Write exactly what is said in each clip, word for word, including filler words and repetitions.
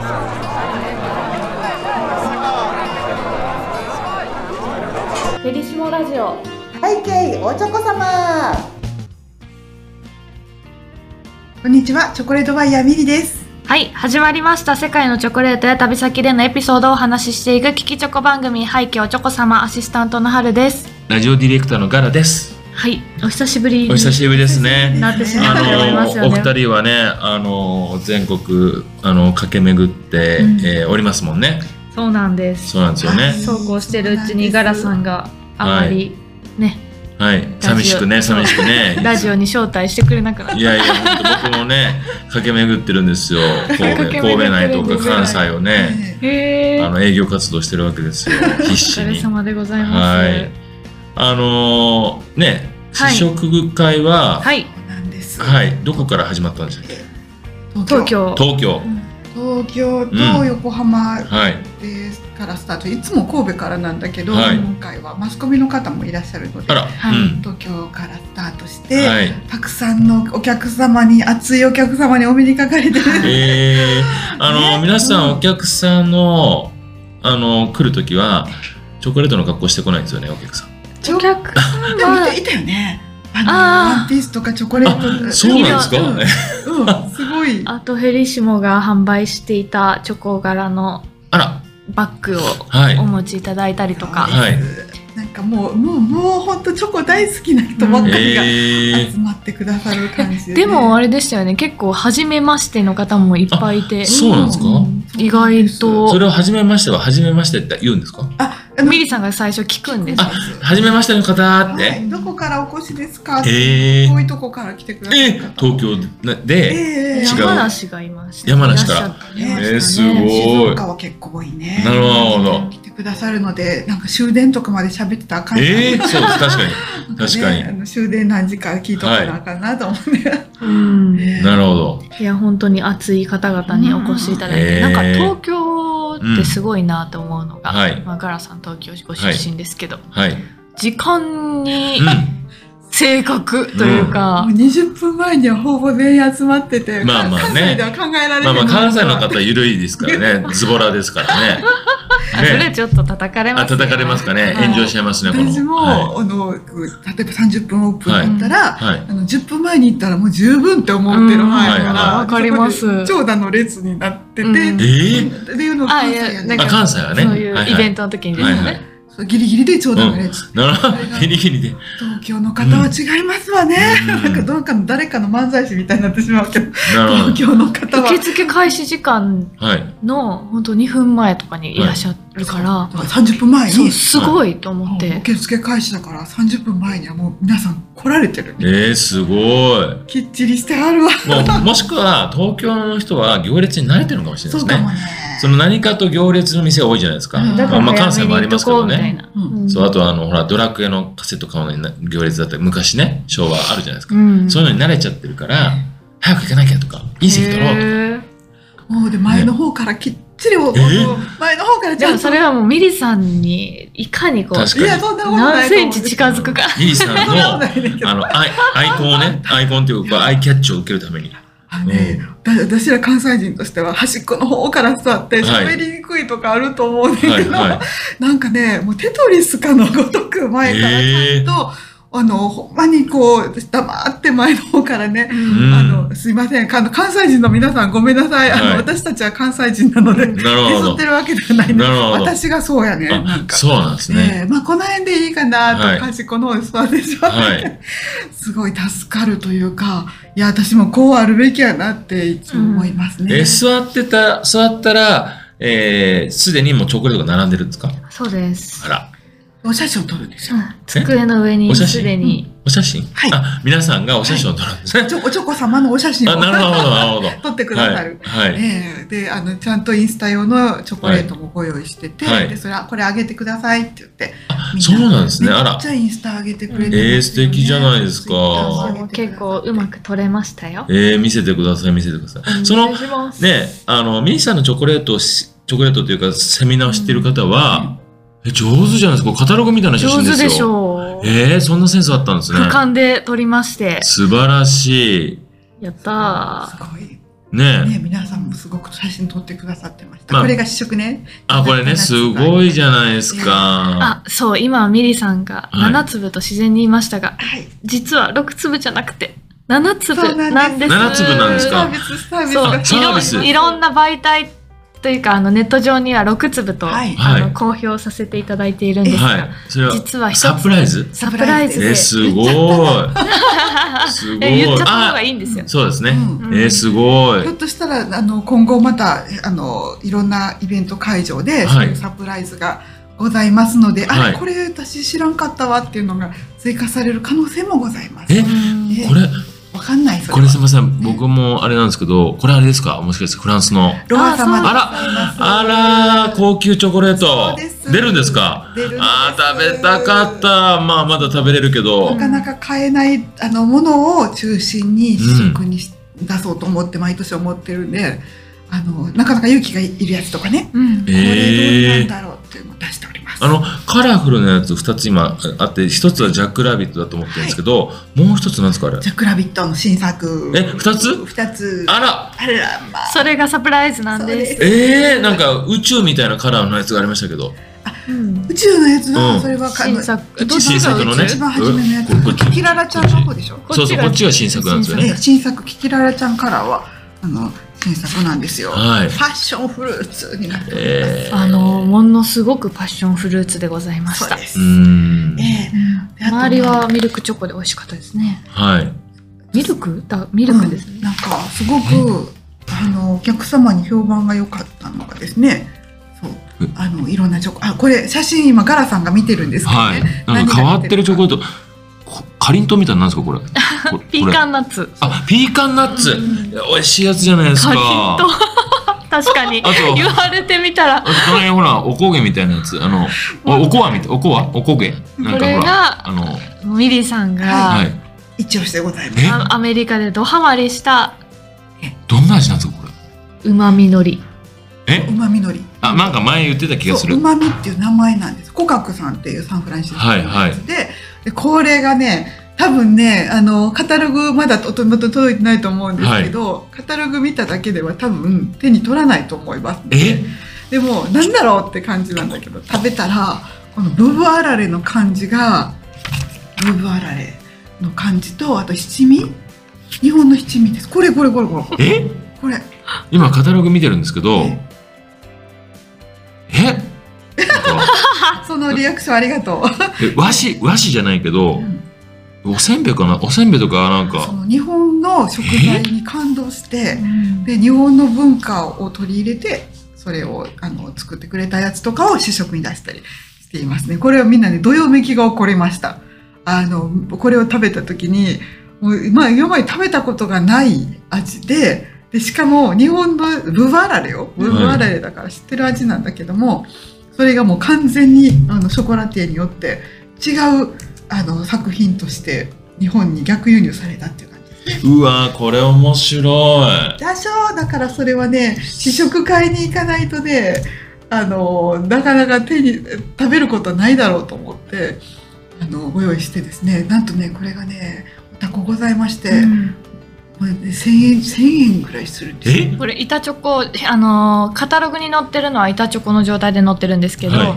フェリシモラジオ背景おちょこ様。 こんにちは、チョコレートバイヤーミリです。 はい、始まりました。世界のチョコレートや旅先でのエピソードをお話ししていく聞きチョコ番組、背景おちょこ様。アシスタントの春です。 ラジオディレクターのガラです。 はい、お久しぶり。 お久しぶりですね。 なってしまっておりますよね。 あのお二人はね、あの全国あの駆け巡って、うんえー、おりますもんね。 そうなんです。 そうなんですよね。 そうこうしてるうちにガラさんがあまりね。 はい、寂しくね、寂しくね。 ラジオに招待してくれなくなった。 いやいや、本当僕もね、駆け巡ってるんですよ。神戸、神戸内とか関西をね、 へあの営業活動してるわけですよ。必死に。 お疲れ様でございます。 はい。あのー、ね、試食会は、 はい、 はい、どこから始まったんでしたっけ？ 東京。 東京。 東京と横浜でからスタート、いつも神戸からなんだけど、 はい、 今回はマスコミの方もいらっしゃるので、 あら、 はい、 うん、 東京からスタートして、 はい、 たくさんのお客様に、熱いお客様にお目にかかれてる。 えー、あの、ね、皆さんお客さんのあの来るときはチョコレートの格好してこないんですよね、お客さん。 お客さんでもいたよね。あのワンピースとかチョコレート。 そうなんですか。 うんうん、すごい。 あとフェリシモが販売していたチョコ柄のバッグをお持ちいただいたりとか。 はい。 なんかもうもうもう本当チョコ大好きな人ばっかりが集まってくださる感じで、ね。 でもあれでしたよね。結構初めましての方もいっぱいいて。 そうなんですか。うん、 意外と。 それを初めましては初めましてって言うんですか。 あ、ミリさんが最初聞くんです。 あ、初めましての方って、 はい。どこからお越しですか。 えー、 遠いとこから来てくださる方。 えー、東京で、 えー、山梨がいました。 山梨から。 ね、 えー、すごい。 静岡は結構多いね。 なるほど。 来てくださるので、なんか終電とかまで喋ってたらあかん。 えー、そうです。確かに。確かに。 あの終電何時か聞いとかなあかんなと思うね。 うん。 なるほど。 いや、本当に熱い方々にお越しいただいて、なんか東京ってすごいなと思うのが、 うん、はい、 まあ、ガラさん東京ご出身ですけど、 はいはい、 時間に、うん正確というか、 うん、もうにじゅっぷんまえにはほぼ全員集まってて、 まあまあね、 関西では考えられない。 まあまあ関西の方は緩いですからね、ズボラですからね。 ね、それちょっと叩かれますね。 あ、叩かれますかね。炎上しちゃいますね。 私も、はい、あの例えばさんじゅっぷんオープンだったら、はいはい、あのじゅっぷんまえに行ったらもう十分って思ってる前から、 わかります。 長蛇の列になってて、うん、 えー、 っていうのが関西やね。 あ、関西はね。 そういうイベントの時にですね。はいはい、 ギリギリで長蛇の列。 なるほど。ギリギリで。 東京の方は違いますわね。なんかどうかの誰かの漫才師みたいになってしまうけど、東京の方は。 受付開始時間の本当にふんまえとかにいらっしゃるから、 さんじゅっぷんまえに。 すごいと思って。 受付開始だからさんじゅっぷんまえにはもう皆さん来られてる。 えー、すごい。 きっちりしてあるわ。 もうもしくは東京の人は行列に慣れてるのかもしれないですね。 そうかもね。 その何かと行列の店が多いじゃないですか。まあ、まあ関西もありますけどね。そう、あとあのほらドラクエのカセット買うのに行列だったり昔ね、昭和あるじゃないですか。うん、そういうのに慣れちゃってるから、早く行かなきゃとか、いい席取ろうとか。 もうで前の方からきっちり、ね、前の方からじゃあそれはもうミリさんにいかにこういやそんなことない何センチ近づくか。 ミリさんのあのアイアイコンをね、アイコンっていうかアイキャッチを受けるために。 あのね、うん、私ら関西人としては端っこの方から座って喋りにくいとかあると思うんだけど、はいはいはい、なんかねもうテトリスかのごとく前からちゃんと、あのほんまにこう黙って前の方からね、うん、あのすいません関西人の皆さんごめんなさい、はい、あの私たちは関西人なのでディスってるわけではないので私がそうやねなんかそうなんですね、 えーまあ、この辺でいいかなと、はい、端っこの方で座ってしまって、はい、すごい助かるというかいや私もこうあるべきやなっていつも思いますね、 うん、え座ってた座ったらすで、えー、にもうチョコレートが並んでるんですか？ そうです。 あらお写真を撮るんですよ。 机の上にすでに。 お写真？はい。あ、皆さんがお写真を撮るんですね。 おちょこ様のお写真を。 なるほど、なるほど。 撮ってくださる。はい。ええ、で、あの、ちゃんとインスタ用のチョコレートもご用意してて、で、それは、これあげてくださいって言って。 そうなんですね。あら。 めっちゃインスタあげてくれて。 ええ、素敵じゃないですか。 結構うまく撮れましたよ。 ええ、見せてください、見せてください。その、ね、あの、ミニさんのチョコレート、チョコレートというか、セミナーを知ってる方は、え上手じゃないですか。カタログみたいな写真ですよ。 上手でしょう。 えー、そんなセンスあったんですね。 俯瞰で撮りまして。 素晴らしい。 やったー。 すごい。 ねね、皆さんもすごく写真撮ってくださってました。まあ、これが試食ね。 あ、これね、すごいじゃないですか。 あ、そう、今、ミリさんがななつぶと自然に言いましたが、はい、実はろくつぶじゃなくて、ななつぶなんです。 ななつぶなんですか。 サービス、サービスがそう、いろ、いろんな媒体というか、あの、ネット上にはろくつぶと、はい、あの、公表させていただいているんですが、はい、 それは実はサプライズサプライズで。 え、すごい。すごい。 言っちゃった方がいいんですよ。 そうですね。うん、えー、すごい。 ひょっとしたら、あの、今後また、あの、いろんなイベント会場で、そういうサプライズがございますので、はい、あれ、これ私知らんかったわっていうのが追加される可能性もございます。 え、これ、 わかんない。 これすみません、僕もあれなんですけど、これあれですか、もしかしてフランスの。 ロワ様で。 あら、あら、高級チョコレート。出るんですか。ああ、食べたかった。まあ、まだ食べれるけど。 なかなか買えない、あの、ものを中心に試食にし、うん、出そうと思って、毎年思ってるんで。あの、なかなか勇気がいるやつとかね。うん、これどうなんだろうっていうのを出しております。 あのカラフルなやつふたつ今あって、ひとつはジャックラビットだと思ってるんですけど、はい、もうひとつなんですかあれ。 ジャックラビットの新作。 え、ふたつ？ ふたつ。 あら。 あら、まあ。 それがサプライズなんです。 ええー、なんか宇宙みたいなカラーのやつがありましたけど。 あ、うん、宇宙のやつは、それは新作。 新作のね。 一番初めのやつ。キキララちゃんの方でしょ。 そうそう、こっちが新作なんですよね。 新作キキララちゃんカラーはあの。新作なんですよ。 はい、 パッションフルーツになっております。 えー、あのものすごくパッションフルーツでございました。 そうです。うん、えー、周りはミルクチョコで美味しかったですね。 はい。 ミルクだミルクですね。 うん、なんかすごくあのお客様に評判が良かったのがですね。そうあのいろんなチョコ、あ、これ写真今ガラさんが見てるんですけどね。 はい。なんか変わってるチョコレート。かりんとうみたいなんですかこれ。 ピーカンナッツ。 あ、ピーカンナッツ。美味しいやつじゃないですか。 かりんとう。確かに。言われてみたら。 あとこの辺ほらおこげみたいなやつ、あのおこわみたい、おこわ、おこげ。 なんかほらあのミリさんが一押しでございます。 アメリカでドハマりしたどんな味なんですかこれ。うまみのり。 え、うまみのり。 あ、なんか前言ってた気がする。 うまみっていう名前なんです。コカクさんっていうサンフランシスコのやつで、でこれがね、多分ね、あのカタログまだ届いてないと思うんですけど、はい、カタログ見ただけでは多分手に取らないと思います。 え？ でもなんだろうって感じなんだけど、食べたらこのブブアラレの感じが、ブブアラレの感じと、あと七味、日本の七味です。これこれこれこれ。 え？ これ。 今カタログ見てるんですけど。え？え？ そのリアクションありがとう。 え、和紙和紙じゃないけど、うん、おせんべいかな、おせんべいとかなんか。 その日本の食材に感動して、で日本の文化を取り入れて、それをあの作ってくれたやつとかを試食に出したりしていますね。これはみんなね、どよめきが起こりました。あのこれを食べた時に、もうまあ今まで食べたことがない味で。でしかも日本のブブアラレよ、ブブアラレだから知ってる味なんだけども、それがもう完全にあのショコラティエによって違うあの作品として日本に逆輸入されたっていう感じですね。 うわー、これ面白い。 だしょ、だからそれはね、試食会に行かないとね、あのなかなか手に食べることはないだろうと思ってあのご用意してですね、なんとねこれがねお高ございまして。うん、これね、せんえん、せんえんぐらいするんですよ。 これ板チョコ、あのー、カタログに載ってるのは板チョコの状態で載ってるんですけど、はい、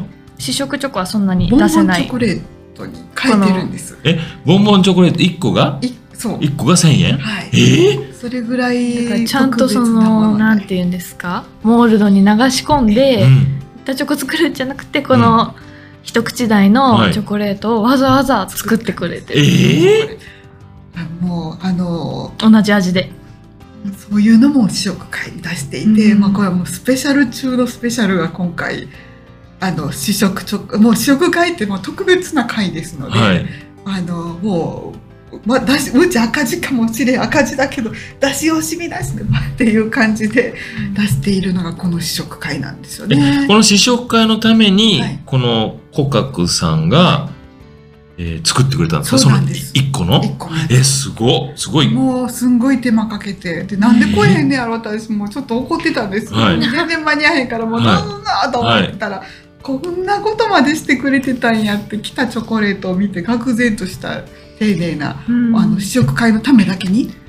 試食チョコはそんなに出せない。 ボンボンチョコレートに書いてるんです。 え、ボンボンチョコレートいっこがいそういっこがせんえん、 はい、 えー、 それぐらいちゃんとそのなんていうんですか、モールドに流し込んで、うん、板チョコ作るんじゃなくてこの、うん、一口大のチョコレートをわざわざ作ってくれてる、 はい、えーもうあの同じ味でそういうのも試食会に出していて、うん、まあこれはもうスペシャル中のスペシャルが今回あの試食ちょもう試食会ってもう特別な会ですので、はい、あのもう、まあ、だしうち赤字かもしれん、赤字だけど出し惜しみ出してっていう感じで出しているのがこの試食会なんですよね。 この試食会のために、はい、このコカクさんが、はい、えー、作ってくれたんですか。 そうなんです。 そのいっこのいっこのえすごすごいもうすんごい手間かけて、でなんで来えへんねやろって私もちょっと怒ってたんです、はい、全然間に合えへんからもうなんだと思ってたら、はい、こんなことまでしてくれてたんやって、来たチョコレートを見て愕然とした丁寧な、うん、あの試食会のためだけに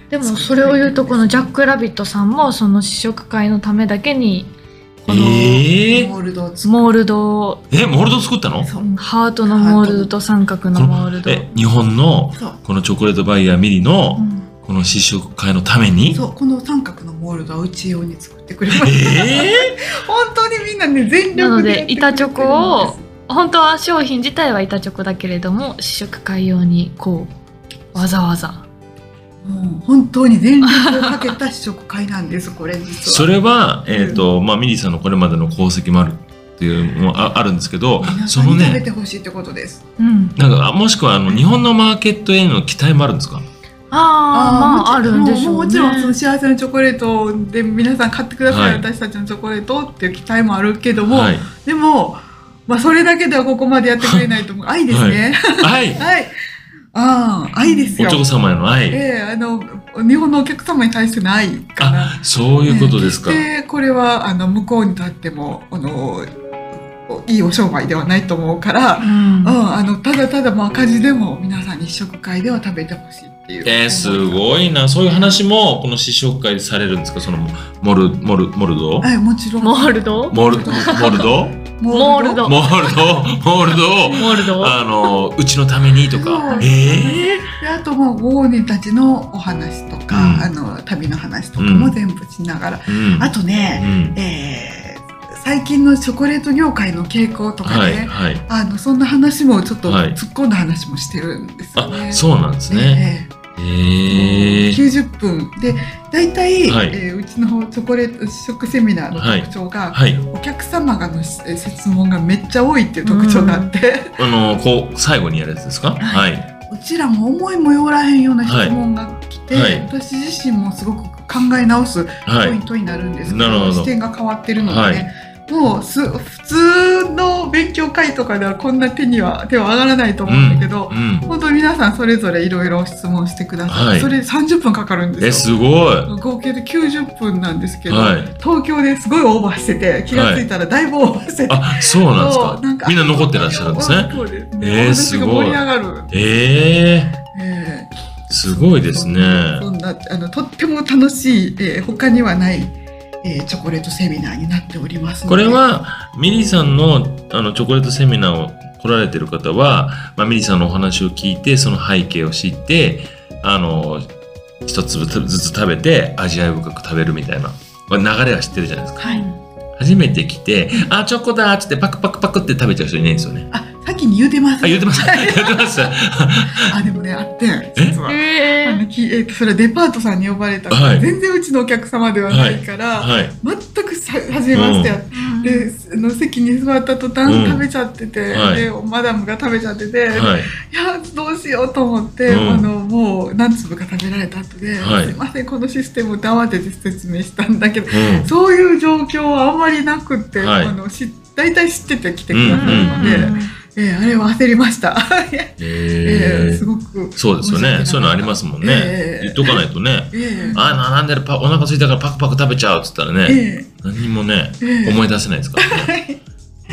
でもそれを言うとこのジャックラビットさんもその試食会のためだけにこのモールドをモールドをえモールド作ったの？ ハートのモールドと三角のモールド。 え日本のこのチョコレートバイヤーミリのこの試食会のために、 そうこの三角のモールドはうち用に作ってくれました。えー、本当にみんなね全力でなので板チョコを本当は商品自体は板チョコだけれども試食会用にこうわざわざもう本当に全力をかけた試食会なんですこれ実は。 それは、えーとまあ、ミリーさんのこれまでの功績もあるっていうのも あ, あるんですけど、そのね食べてほしいってことです。 うん、 なんかもしくはあの日本のマーケットへの期待もあるんですか？ ああまああるんでしょうね。 もちろんその幸せのチョコレートで皆さん買ってください、はい、私たちのチョコレートっていう期待もあるけども、はい、でも、まあ、それだけではここまでやってくれないと思う愛ですね。 はい、 はいああ愛ですよ。 おチョコ様への愛。 ええー、あの日本のお客様に対しての愛かな。 あそういうことですか。 でこれはあの向こうにとってもあのいいお商売ではないと思うから、うん、うん、あのただただまあ赤字でも皆さんに試食会では食べてほしいっていう。 えー、すごいな。そういう話もこの試食会でされるんですか？そのモルモルモルド？ はいもちろん。 モルド？ モルモルド？ モールドモールドモールドモールドあのうちのためにとか。えー、であともうご本人たちのお話とか、うん、あの旅の話とかも全部しながら、うん、あとね、うん、えー、最近のチョコレート業界の傾向とかね、はいはい、あのそんな話もちょっと突っ込んだ話もしてるんですよね。 はい、あそうなんですね。えーえー、きゅうじゅっぷんでだいたい、はい、えー、うちのチョコレート試食セミナーの特徴が、はいはい、お客様がの質問がめっちゃ多いっていう特徴があってあのこう最後にやるやつですか？はい、 うちらも思いもよらへんような質問が来て、はい、私自身もすごく考え直すポイントになるんですけど、はい、視点が変わってるのでね、はいもうす普通の勉強会とかではこんな手には手は上がらないと思うんだけど、うんうん、本当に皆さんそれぞれいろいろ質問してください、はい、それさんじゅっぷんかかるんですよ。 えすごい合計できゅうじゅっぷんなんですけど、はい、東京ですごいオーバーしてて気がついたらだいぶオーバーしてて、 はい、あそうなんですか。なんかみんな残ってらっしゃるんですね。 そうですね、 えー、すごい盛り上がる。 えー、えー、すごいですね。 そんなあのとっても楽しい、えー、他にはないえー、チョコレートセミナーになっておりますので。 これはミリーさん の, あのチョコレートセミナーを来られてる方は、まあ、ミリーさんのお話を聞いてその背景を知ってあの一粒ずつ食べて味わい深く食べるみたいな流れは知ってるじゃないですか、はい、初めて来てあチョコだっつってパクパクパクって食べちゃう人いないんですよね。 あ先に言うてます。 あ言うてます言うてますあでもねあって実はえあのき、えー、それはデパートさんに呼ばれたから、はい、全然うちのお客様ではないから、はいはい、全くさ初めましてや、うん、での席に座った途端、うん、食べちゃってて、はい、でマダムが食べちゃってて、はい、いやどうしようと思って、うん、あのもう何粒か食べられた後で、はい、すいませんこのシステムって慌てて説明したんだけど、うん、そういう状況はあんまりなくって、はい、あのし大体知ってて来てくださるので。うんうんうんえー、あれは焦りました。えー、すごくそうですよね。そういうのありますもんね。えー、言っとかないとね。えー、あなんでパお腹空いたからパクパク食べちゃうっつったらね、えー、何にもね、えー、思い出せないですからね。うん、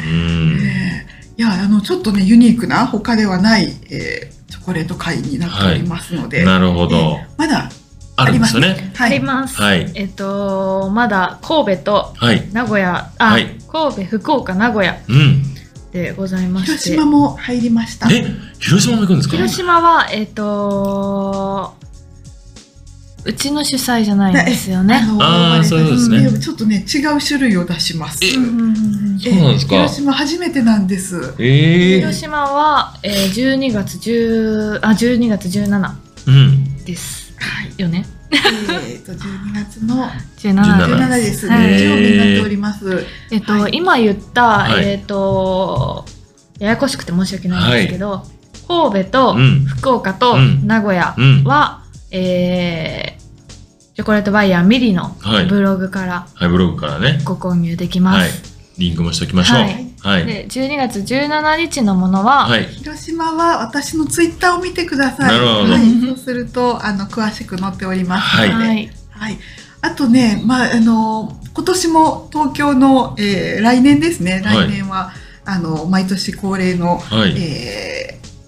えー、いやあのちょっとねユニークな他ではない、えー、チョコレート会になっておりますので、 はい、なるほど、えー、まだあるんですよね。 あります。はい、えっとまだ神戸と名古屋、はい、あ、はい、神戸福岡名古屋。うんでございまして、 広島も入りました。 え、広島も行くんですか？ 広島はえっとうちの主催じゃないんですよね。 ああ、そうですね。 ちょっとね違う種類を出します。 え、そうなんですか？ 広島初めてなんです。 えー、広島は、えー、じゅうにがつじゅうあじゅうにがつじゅうしちです。はい、よね。 えっとじゅうにがつのじゅうしちです。日曜日になっております。 えっと今言ったえっとややこしくて申し訳ないんですけど、神戸と福岡と名古屋はえチョコレートバイヤーミリのブログからはいブログからねご購入できます。 リンクもしておきましょう。 はい、でじゅうにがつじゅうしちにちのものは、はい、 広島は私のツイッターを見てください。 なるほど、 はい、そうするとあの詳しく載っておりますので、はいはい、あとね、まあ、あの今年も東京の、えー、来年ですね来年は、はい、あの毎年恒例の、はいえー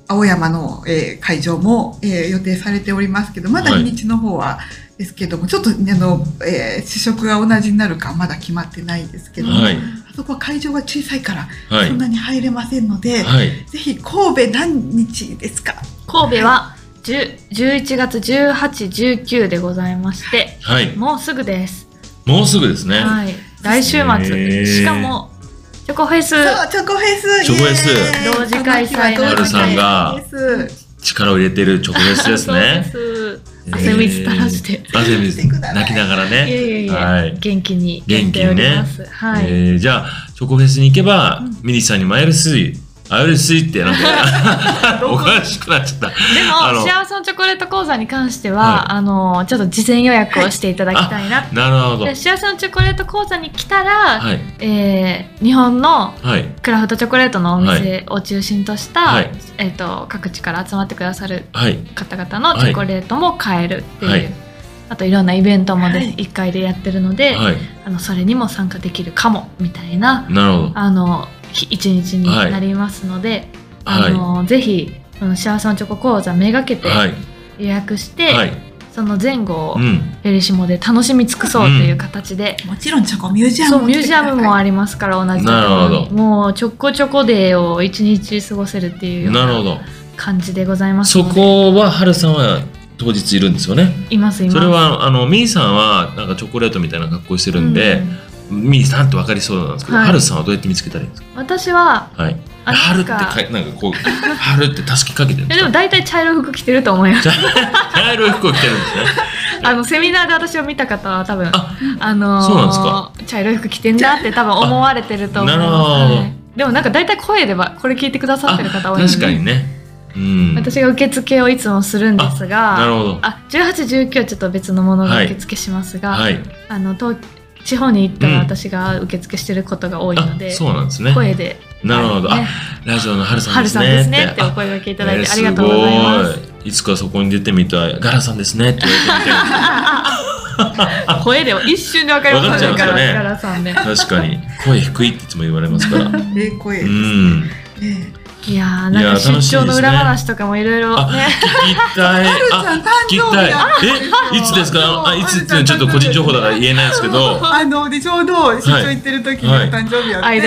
青山の、えー、会場も、えー、予定されておりますけど、まだ日にちの方はですけども、はい、ちょっとあの、えー、試食が同じになるかまだ決まってないんですけども、はい、あそこは会場が小さいから、はい、そんなに入れませんので、はい、ぜひ神戸何日ですか？ 神戸はじゅういちがつじゅうはち、じゅうくでございまして、はい、もうすぐです。 もうすぐですね。 はい、来週末、しかもチョコフェス、 そうチョコフェス、 チョコフェス同時開催の春さんが力を入れてるチョコフェスですね。 汗水垂らして汗水泣きながらね、 いやいやいや、はい、元気にやっております。 ね、はい、 えー、じゃあチョコフェスに行けば、うん、ミリさんにも会えるし、会えるしってなんかおかしくなっちゃった。でも幸せのチョコレート講座に関しては、はい、あのちょっと事前予約をしていただきたいな。 なるほど。 幸せのチョコレート講座に来たら、はい、えー、日本のクラフトチョコレートのお店を中心とした、はい、えー、と各地から集まってくださる方々のチョコレートも買えるっていう、はい、あといろんなイベントもでいっかいでやってるので、はい、あのそれにも参加できるかもみたいな、 なるほど、 あの一日になりますので、はい、あのぜひ幸せのチョコ講座めがけて予約して、はい、その前後をフェリシモで楽しみ尽くそうという形で、 うん、もちろんチョコミュージアムもそうミュージアムもありますから、同じところにもうチョコチョコデーを一日過ごせるっていうような感じでございますので。 そこは春さんは当日いるんですよね。 いますいます。 それはあのミーさんはなんかチョコレートみたいな格好してるんで、うん、ミーさんって分かりそうなんですけど、はい、春さんはどうやって見つけたらいいんですか？ 私は、 はい、春ってかなんかこう春ってたすきかけてるんですか？ でも大体茶色い服着てると思います。 茶色い服を着てるんですね。 あのセミナーで私を見た方は多分 あ, あのー、 そうなんですか？ 茶色い服着てんなって多分思われてると思います、ね。なるほど。でもなんか大体声ではこれ聞いてくださってる方多いので、 確かにね。うん、 私が受付をいつもするんですが、 なるほど。 あ、じゅうはち、じゅうくはちょっと別のものが受付しますが、はいはい、あの東地方に行ったら私が受付してることが多いので、 うん、そうなんですね。 声で、 なるほど、ね、あ、ラジオの春さんですね。 春さんですねってお声掛けいただいてありがとうございます。 いつかそこに出てみたいガラさんですねって言われてみたい。 声で一瞬で分かりますよね。ガラさんね。 確かに声低いっていつも言われますから。 え声ですね。 うんいやー、なんか出張の裏話とかもいろいろね。 聞きたい。あ、聞きたい。え、いつですか？あ、いつっていうのはちょっと個人情報だから言えないですけど。 あのでちょうど出張行ってる時にお誕生日やって、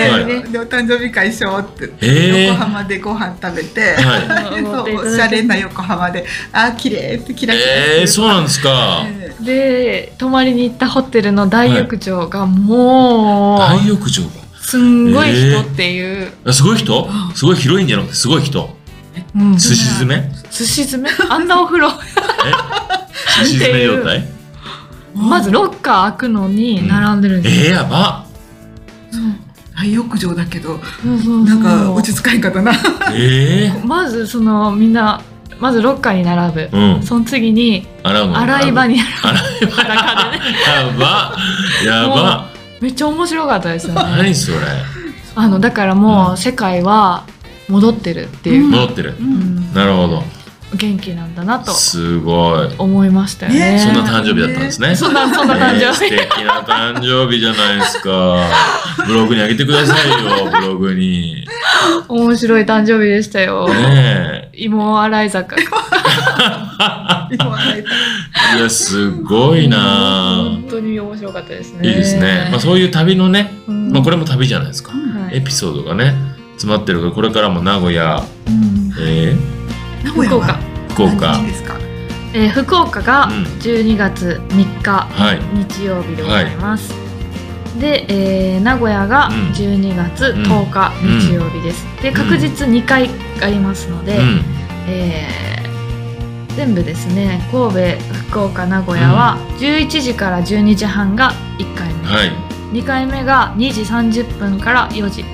でお誕生日会しようって横浜でご飯食べて、おしゃれな横浜で、あ、綺麗ってキラキラ。 え、そうなんですか。 で泊まりに行ったホテルの大浴場がもう大浴場が。 すんごい人っていう、 えー、すごい人、すごい広いんじゃなくてすごい人、うん、すし詰めすし詰めあんなお風呂すし詰め状態まずロッカー開くのに並んでるんです、 うん、えー、やば、 うん、大浴場だけどなんか落ち着かんかったな、 えー、 まずそのみんなまずロッカーに並ぶ、うん、その次に洗い場に並ぶ裸でねやばやばめっちゃ面白かったですよね。 何それ。 あのだからもう世界は戻ってるっていう。 戻ってる。うん、なるほど。 元気なんだなと。 すごい。 思いましたよね。 そんな誕生日だったんですね。 そんなそんな誕生日。 素敵な誕生日じゃないですか。ブログに上げてくださいよ。ブログに。 面白い誕生日でしたよ。 ねえ。 芋洗い坂。 いやすごいな。 本当に面白かったですね。 いいですね。まあそういう旅のね、うん、まあこれも旅じゃないですか。うん、エピソードがね詰まってるからこれからも名古屋、うん、えー、名古屋は福岡、福岡ですか。 えー、福岡がじゅうにがつみっか、うん、日曜日でございます。はい、で、えー、名古屋がじゅうにがつとおか、うん、日曜日です。で確実にかいありますので。うん、えー全部ですね神戸、福岡、名古屋はじゅういちじからじゅうにじはんがいっかいめ、はい、にかいめがにじさんじゅっぷんからよじ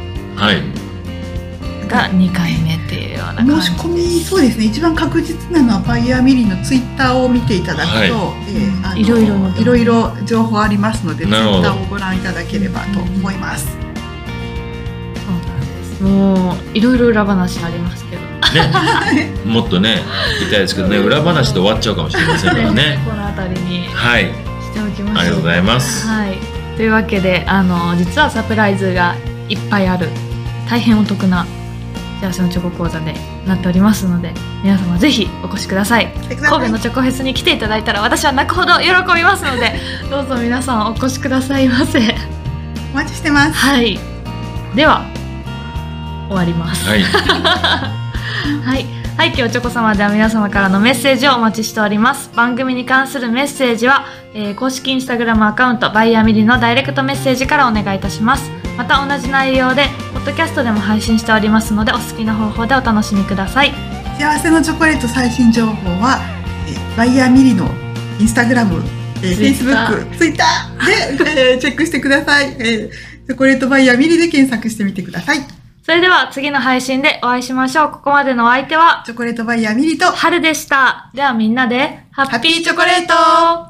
がにかいめっていうような感じです。 申し込みそうですね一番確実なのはバイヤーミリのツイッターを見ていただくと、はい、えー、あのいろいろいろいろ情報ありますのでツイッターをご覧いただければと思います。そうなんです。もういろいろ裏話ありますけどね、もっとね言いたいですけどね裏話で終わっちゃうかもしれませんからねこの辺りにしておきましょう、 はい、ありがとうございます、 はい、というわけであの実はサプライズがいっぱいある大変お得な幸せのチョコ講座でなっておりますので、皆様ぜひお越しください。神戸のチョコフェスに来ていただいたら私は泣くほど喜びますのでどうぞ皆さんお越しくださいませ。 お待ちしてます。 はい、では終わります。はいはい背景おチョコ様では皆様からのメッセージをお待ちしております。番組に関するメッセージは、えー、公式インスタグラムアカウントバイヤーミリのダイレクトメッセージからお願いいたします。また同じ内容でポッドキャストでも配信しておりますので、お好きな方法でお楽しみください。 幸せのチョコレート最新情報は、えー、バイヤーミリのインスタグラム、えー、フェイスブック、ツイッターで、えー、チェックしてください、えー。チョコレートバイヤーミリで検索してみてください。 それでは次の配信でお会いしましょう。ここまでのお相手はチョコレートバイヤーミリと春でした。ではみんなでハッピーチョコレート。